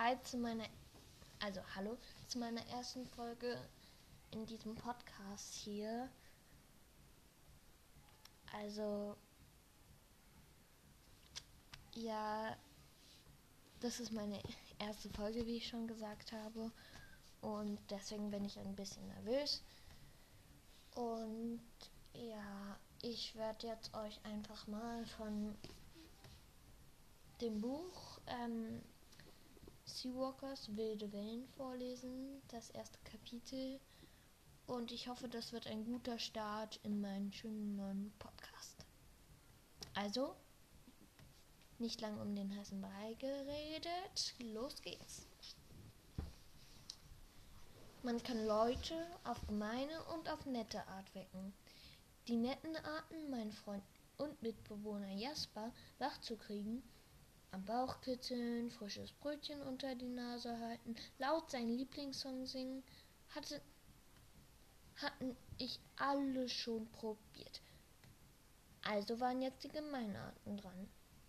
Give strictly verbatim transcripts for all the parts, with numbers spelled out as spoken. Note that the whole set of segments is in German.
Hi zu meiner, also hallo zu meiner ersten Folge in diesem Podcast hier. Also, ja, das ist meine erste Folge, wie ich schon gesagt habe. Und deswegen bin ich ein bisschen nervös. Und ja, ich werde jetzt euch einfach mal von dem Buch ähm, Seawalkers Wilde Wellen vorlesen, das erste Kapitel. Und ich hoffe, das wird ein guter Start in meinen schönen neuen Podcast. Also, nicht lang um den heißen Brei geredet, los geht's. Man kann Leute auf gemeine und auf nette Art wecken. Die netten Arten, meinen Freund und Mitbewohner Jasper wach zu kriegen, am Bauch kitzeln, frisches Brötchen unter die Nase halten, laut seinen Lieblingssong singen, hatte, hatten ich alle schon probiert. Also waren jetzt die gemeinen Arten dran.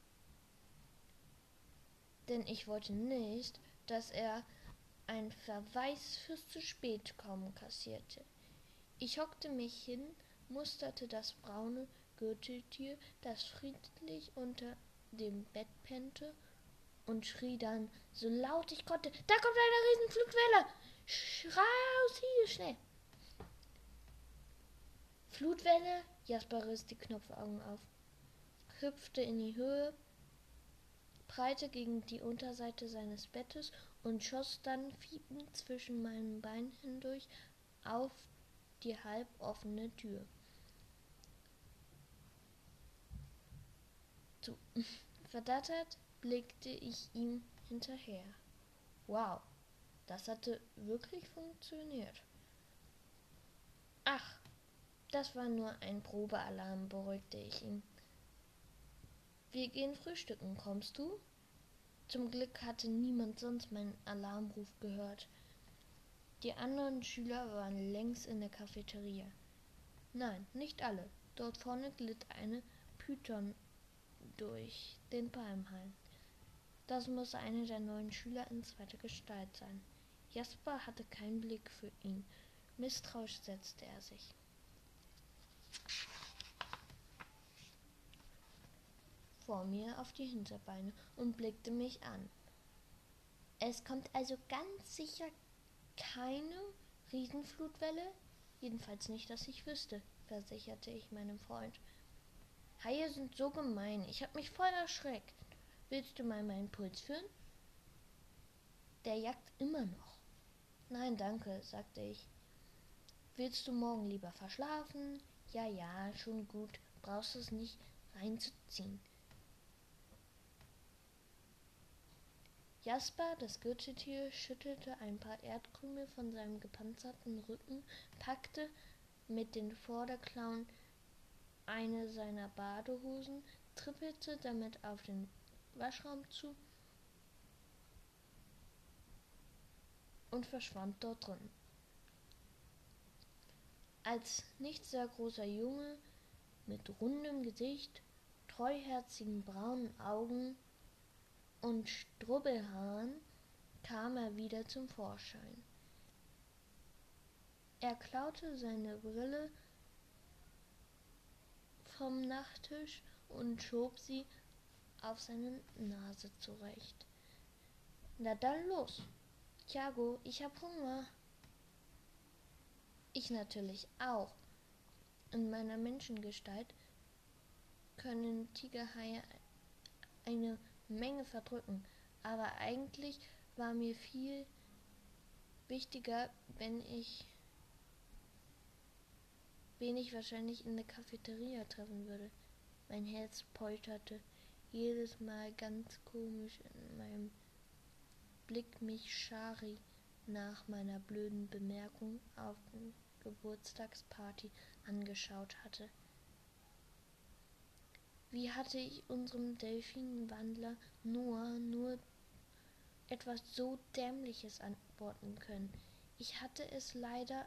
Denn ich wollte nicht, dass er ein Verweis fürs zu spät kommen kassierte. Ich hockte mich hin, musterte das braune Gürteltier, das friedlich unter dem Bett pennte, und schrie dann, so laut ich konnte, da kommt eine Riesenflutwelle! Raus hier, schnell! Flutwelle? Jasper riss die Knopfaugen auf, hüpfte in die Höhe, prallte gegen die Unterseite seines Bettes und schoss dann fiepend zwischen meinen Beinen hindurch auf die halb offene Tür zu. Verdattert blickte ich ihm hinterher. Wow, das hatte wirklich funktioniert. Ach, das war nur ein Probealarm, beruhigte ich ihn. Wir gehen frühstücken, kommst du? Zum Glück hatte niemand sonst meinen Alarmruf gehört. Die anderen Schüler waren längst in der Cafeteria. Nein, nicht alle. Dort vorne glitt eine Python durch den Palmhain. Das musste einer der neuen Schüler in zweiter Gestalt sein. Jasper hatte keinen Blick für ihn. Misstrauisch setzte er sich. Vor mir auf die Hinterbeine und blickte mich an. Es kommt also ganz sicher keine Riesenflutwelle? Jedenfalls nicht, dass ich wüsste, versicherte ich meinem Freund. Haie sind so gemein, ich hab mich voll erschreckt. Willst du mal meinen Puls führen? Der jagt immer noch. Nein, danke, sagte ich. Willst du morgen lieber verschlafen? Ja, ja, schon gut, brauchst es nicht reinzuziehen. Jasper, das Gürteltier, schüttelte ein paar Erdkrümel von seinem gepanzerten Rücken, packte mit den Vorderklauen eine seiner Badehosen, trippelte damit auf den Waschraum zu und verschwand dort drin. Als nicht sehr großer Junge mit rundem Gesicht, treuherzigen braunen Augen und Strubbelhaaren kam er wieder zum Vorschein. Er klaute seine Brille vom Nachttisch und schob sie auf seine Nase zurecht. Na dann los. Thiago, ich hab Hunger. Ich natürlich auch. In meiner Menschengestalt können Tigerhaie eine Menge verdrücken, aber eigentlich war mir viel wichtiger, wenn ich wen ich wahrscheinlich in der Cafeteria treffen würde. Mein Herz polterte jedes Mal ganz komisch in meinem Blick mich Shari nach meiner blöden Bemerkung auf der Geburtstagsparty angeschaut hatte. Wie hatte ich unserem Delfinwandler Noah nur etwas so Dämliches antworten können? Ich hatte es leider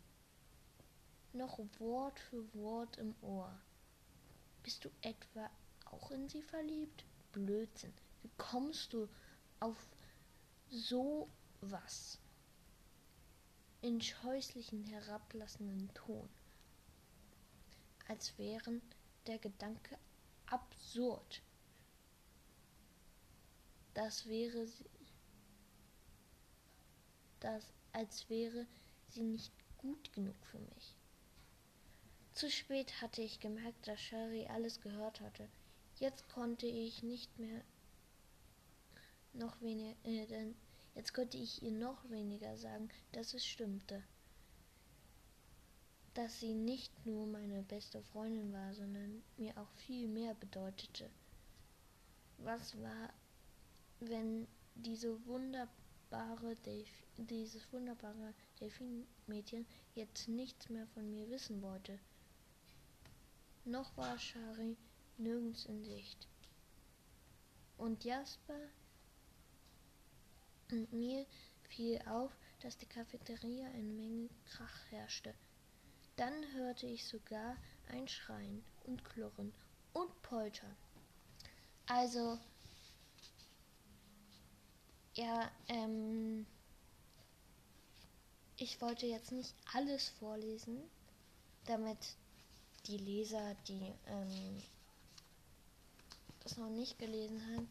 noch Wort für Wort im Ohr. Bist du etwa auch in sie verliebt? Blödsinn. Wie kommst du auf so was in scheußlichen, herablassenden Ton, als wären der Gedanke absurd. Das wäre sie, das, als wäre sie nicht gut genug für mich. Zu spät hatte ich gemerkt, dass Shari alles gehört hatte. Jetzt konnte ich nicht mehr noch weniger, äh, denn jetzt konnte ich ihr noch weniger sagen, dass es stimmte. Dass sie nicht nur meine beste Freundin war, sondern mir auch viel mehr bedeutete. Was war, wenn diese wunderbare Delf- dieses wunderbare Delfin-Mädchen jetzt nichts mehr von mir wissen wollte? Noch war Shari nirgends in Sicht. Und Jasper und mir fiel auf, dass die Cafeteria eine Menge Krach herrschte. Dann hörte ich sogar ein Schreien und Klirren und Poltern. Also, ja, ähm, ich wollte jetzt nicht alles vorlesen, damit die Leser, die ähm, das noch nicht gelesen haben,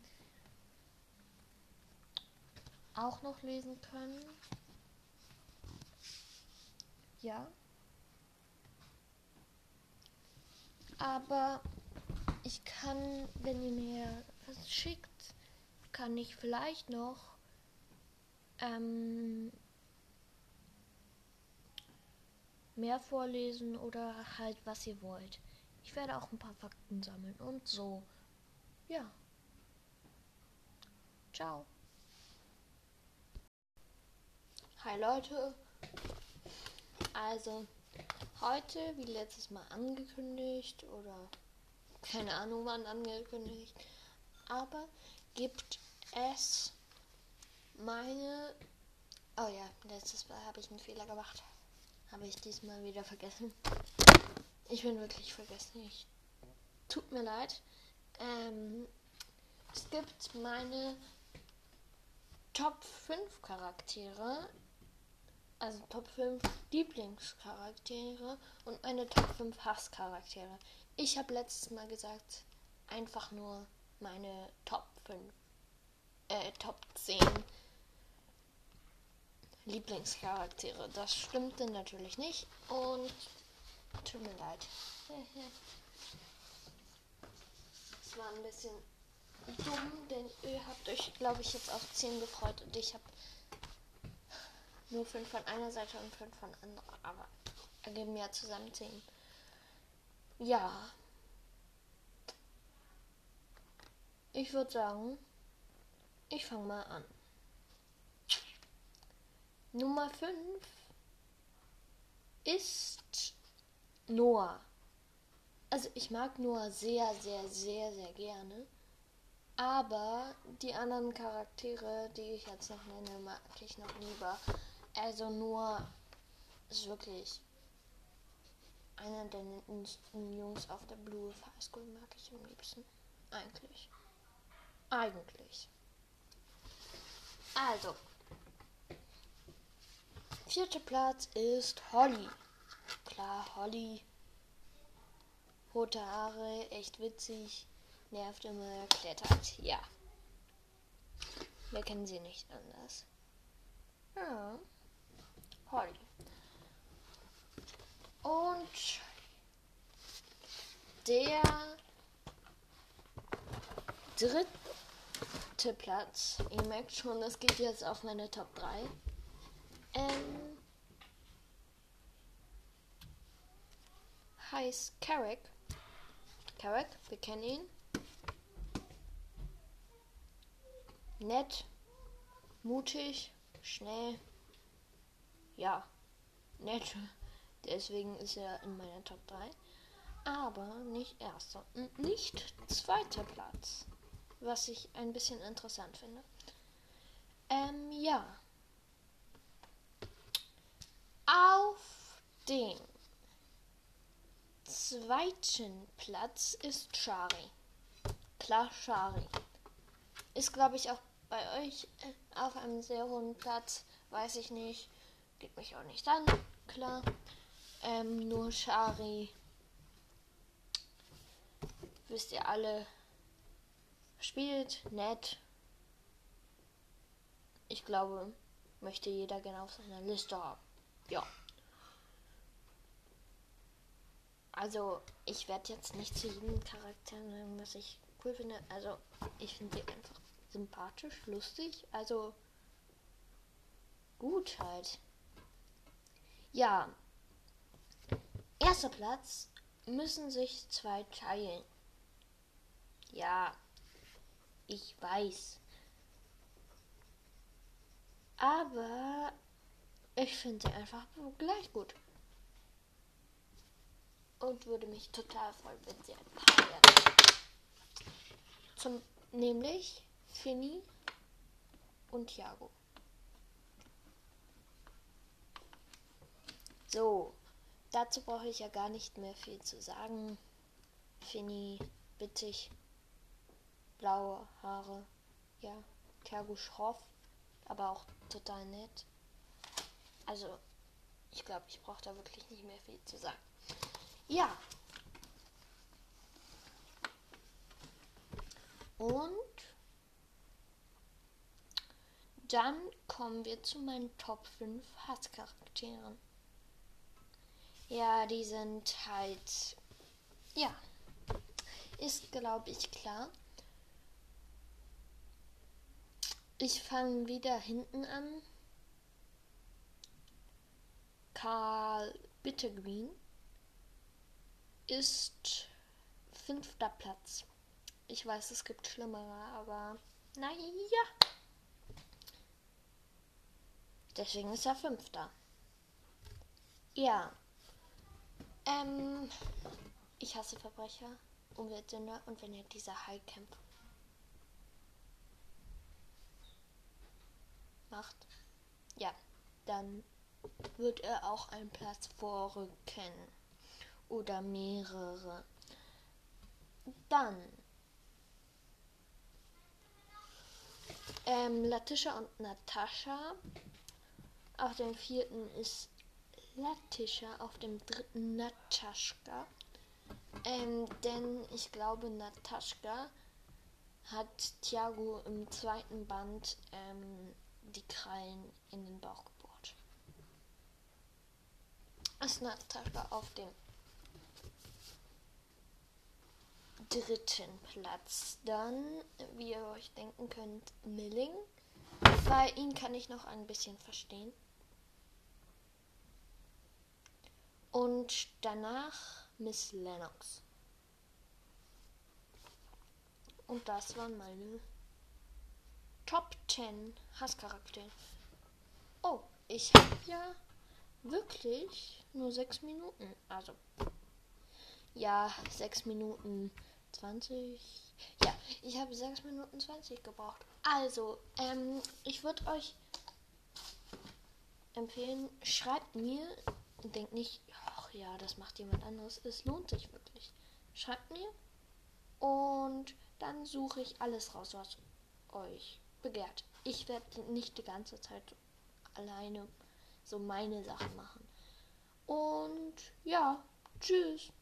auch noch lesen können. Ja. Aber ich kann, wenn ihr mir was schickt, kann ich vielleicht noch ähm, mehr vorlesen oder halt was ihr wollt. Ich werde auch ein paar Fakten sammeln und so. Ja. Ciao. Hi Leute. Also, heute, wie letztes Mal angekündigt oder keine Ahnung wann angekündigt, aber gibt es meine... Oh ja, letztes Mal habe ich einen Fehler gemacht. Habe ich diesmal wieder vergessen. Ich bin wirklich vergessen. Ich, tut mir leid. Ähm, es gibt meine Top fünf Charaktere, also Top fünf Lieblingscharaktere und meine Top fünf Hasscharaktere. Ich habe letztes Mal gesagt, einfach nur meine Top fünf, äh, Top zehn Lieblingscharaktere. Das stimmte natürlich nicht und tut mir leid. Es war ein bisschen dumm, denn ihr habt euch, glaube ich, jetzt auf zehn gefreut und ich habe nur fünf von einer Seite und fünf von anderer, aber ergeben ja zusammen zehn. Ja. Ich würde sagen, ich fange mal an. Nummer fünf ist Noah. Also ich mag Noah sehr, sehr, sehr, sehr gerne. Aber die anderen Charaktere, die ich jetzt noch nenne, mag ich noch lieber. Also Noah ist wirklich einer der nettesten Jungs auf der Blue High School, mag ich am liebsten. Eigentlich. Eigentlich. Also. Vierter Platz ist Holly. Klar, Holly. Rote Haare, echt witzig. Nervt immer, klettert. Ja. Wir kennen sie nicht anders. Ja. Holly. Und der dritte Platz. Ihr merkt schon, das geht jetzt auf meine Top drei. Ähm, heißt Carrick. Carrick, wir kennen ihn. Nett, mutig, schnell. Ja, nett. Deswegen ist er in meiner Top drei. Aber nicht erster und nicht zweiter Platz. Was ich ein bisschen interessant finde. Ähm, ja. Auf dem zweiten Platz ist Shari. Klar, Shari. Ist, glaube ich, auch bei euch äh, auf einem sehr hohen Platz, weiß ich nicht. Geht mich auch nicht an, klar. Ähm, nur Shari. Wisst ihr alle, spielt nett. Ich glaube, möchte jeder gerne auf seiner Liste haben. Ja. Also, ich werde jetzt nicht zu jedem Charakter sagen, was ich cool finde. Also, ich finde die einfach sympathisch, lustig. Also, gut halt. Ja. Erster Platz müssen sich zwei teilen. Ja, ich weiß. Aber ich finde sie einfach gleich gut. Und würde mich total freuen, wenn sie ein Paar werden. Zum, nämlich Finny und Thiago. So, dazu brauche ich ja gar nicht mehr viel zu sagen. Finny, bittig, blaue Haare, ja, Thiago schroff, aber auch total nett. Also, ich glaube, ich brauche da wirklich nicht mehr viel zu sagen. Ja. Und dann kommen wir zu meinen Top fünf Hasscharakteren. Ja, die sind halt, ja, ist glaube ich klar. Ich fange wieder hinten an. Karl Bittergreen ist fünfter Platz. Ich weiß, es gibt schlimmere, aber naja. Deswegen ist er fünfter. Ja. Ähm, ich hasse Verbrecher, Umweltsünder und wenn ihr dieser Highcamp macht, ja, dann wird er auch einen Platz vorrücken. Oder mehrere. Dann ähm, Latisha und Natascha. Auf dem vierten ist Latisha, auf dem dritten Nataschka. Ähm, denn ich glaube, Nataschka hat Thiago im zweiten Band ähm, die Krallen in den Bauch gebohrt. Ist Nataschka auf dem dritten Platz. Dann, wie ihr euch denken könnt, Milling. Bei ihm kann ich noch ein bisschen verstehen. Und danach Miss Lennox. Und das waren meine Top zehn Hasscharaktere. Oh, ich habe ja wirklich nur sechs Minuten. Also, ja, sechs Minuten zwanzig. Ja, ich habe sechs Minuten zwanzig gebraucht. Also, ähm, ich würde euch empfehlen, schreibt mir und denkt nicht, ach ja, das macht jemand anderes. Es lohnt sich wirklich. Schreibt mir und dann suche ich alles raus, was euch begehrt. Ich werde nicht die ganze Zeit alleine so meine Sachen machen. Und ja, tschüss.